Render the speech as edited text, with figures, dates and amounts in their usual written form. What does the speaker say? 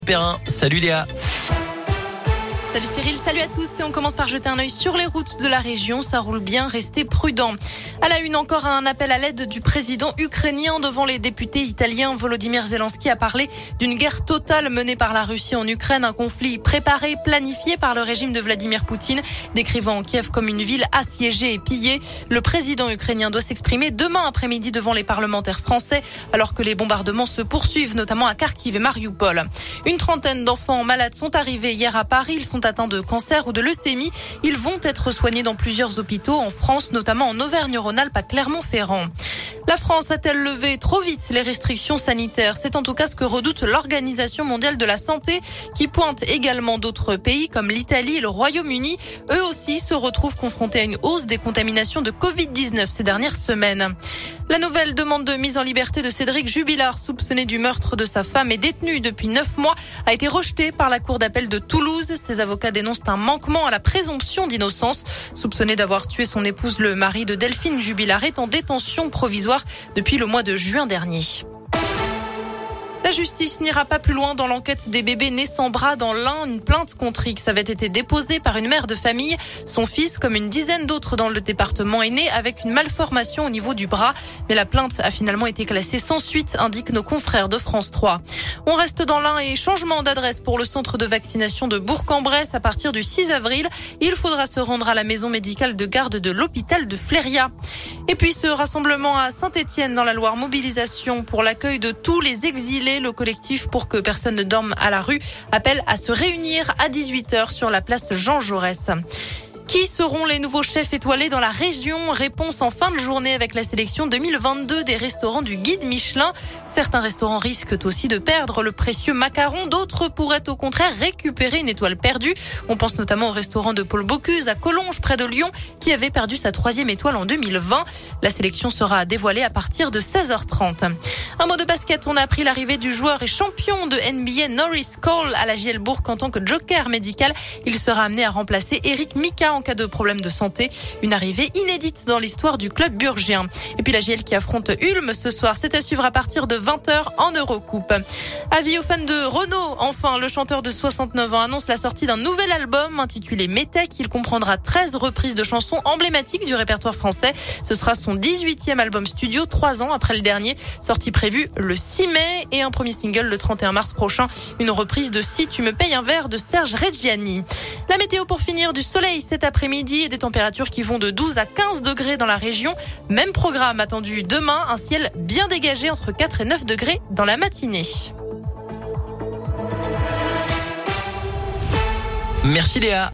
Perrin. Salut Léa. Salut Cyril, salut à tous et on commence par jeter un œil sur les routes de la région. Ça roule bien, restez prudents. À la une, encore un appel à l'aide du président ukrainien devant les députés italiens. Volodymyr Zelensky a parlé d'une guerre totale menée par la Russie en Ukraine, un conflit préparé, planifié par le régime de Vladimir Poutine, décrivant Kiev comme une ville assiégée et pillée. Le président ukrainien doit s'exprimer demain après-midi devant les parlementaires français, alors que les bombardements se poursuivent, notamment à Kharkiv et Mariupol. Une trentaine d'enfants malades sont arrivés hier à Paris. Ils sont atteints de cancer ou de leucémie. Ils vont être soignés dans plusieurs hôpitaux en France, notamment en Auvergne-Rhône-Alpes à Clermont-Ferrand. La France a-t-elle levé trop vite les restrictions sanitaires? C'est en tout cas ce que redoute l'Organisation mondiale de la santé, qui pointe également d'autres pays comme l'Italie et le Royaume-Uni. Eux aussi se retrouvent confrontés à une hausse des contaminations de Covid-19 ces dernières semaines. La nouvelle demande de mise en liberté de Cédric Jubilard, soupçonné du meurtre de sa femme et détenu depuis 9 mois, a été rejetée par la cour d'appel de Toulouse. Ses avocats dénoncent un manquement à la présomption d'innocence. Soupçonné d'avoir tué son épouse, le mari de Delphine Jubilard est en détention provisoire depuis le mois de juin dernier. La justice n'ira pas plus loin dans l'enquête des bébés nés sans bras dans l'Ain. Une plainte contre X avait été déposée par une mère de famille. Son fils, comme une dizaine d'autres dans le département, est né avec une malformation au niveau du bras. Mais la plainte a finalement été classée sans suite, indiquent nos confrères de France 3. On reste dans l'Ain et changement d'adresse pour le centre de vaccination de Bourg-en-Bresse. À partir du 6 avril, il faudra se rendre à la maison médicale de garde de l'hôpital de Fléria. Et puis ce rassemblement à Saint-Étienne dans la Loire, mobilisation pour l'accueil de tous les exilés. Le collectif Pour que personne ne dorme à la rue appelle à se réunir à 18h sur la place Jean Jaurès. Qui seront les nouveaux chefs étoilés dans la région? Réponse en fin de journée avec la sélection 2022 des restaurants du guide Michelin. Certains restaurants risquent aussi de perdre le précieux macaron. D'autres pourraient au contraire récupérer une étoile perdue. On pense notamment au restaurant de Paul Bocuse à Collonges près de Lyon qui avait perdu sa 3e étoile en 2020. La sélection sera dévoilée à partir de 16h30. Un mot de basket, on a appris l'arrivée du joueur et champion de NBA Norris Cole à la JL Bourg en tant que joker médical. Il sera amené à remplacer Eric Mika en cas de problème de santé. Une arrivée inédite dans l'histoire du club burgien. Et puis la JL qui affronte Ulm ce soir, c'est à suivre à partir de 20h en Eurocoupe. Avis aux fans de Renaud, enfin, le chanteur de 69 ans annonce la sortie d'un nouvel album intitulé Métèque. Il comprendra 13 reprises de chansons emblématiques du répertoire français. Ce sera son 18e album studio, 3 ans après le dernier, sorti prévu le 6 mai et un premier single le 31 mars prochain. Une reprise de Si tu me payes un verre de Serge Reggiani. La météo pour finir, du soleil cet après-midi et des températures qui vont de 12 à 15 degrés dans la région. Même programme attendu demain, un ciel bien dégagé entre 4 et 9 degrés dans la matinée. Merci Léa.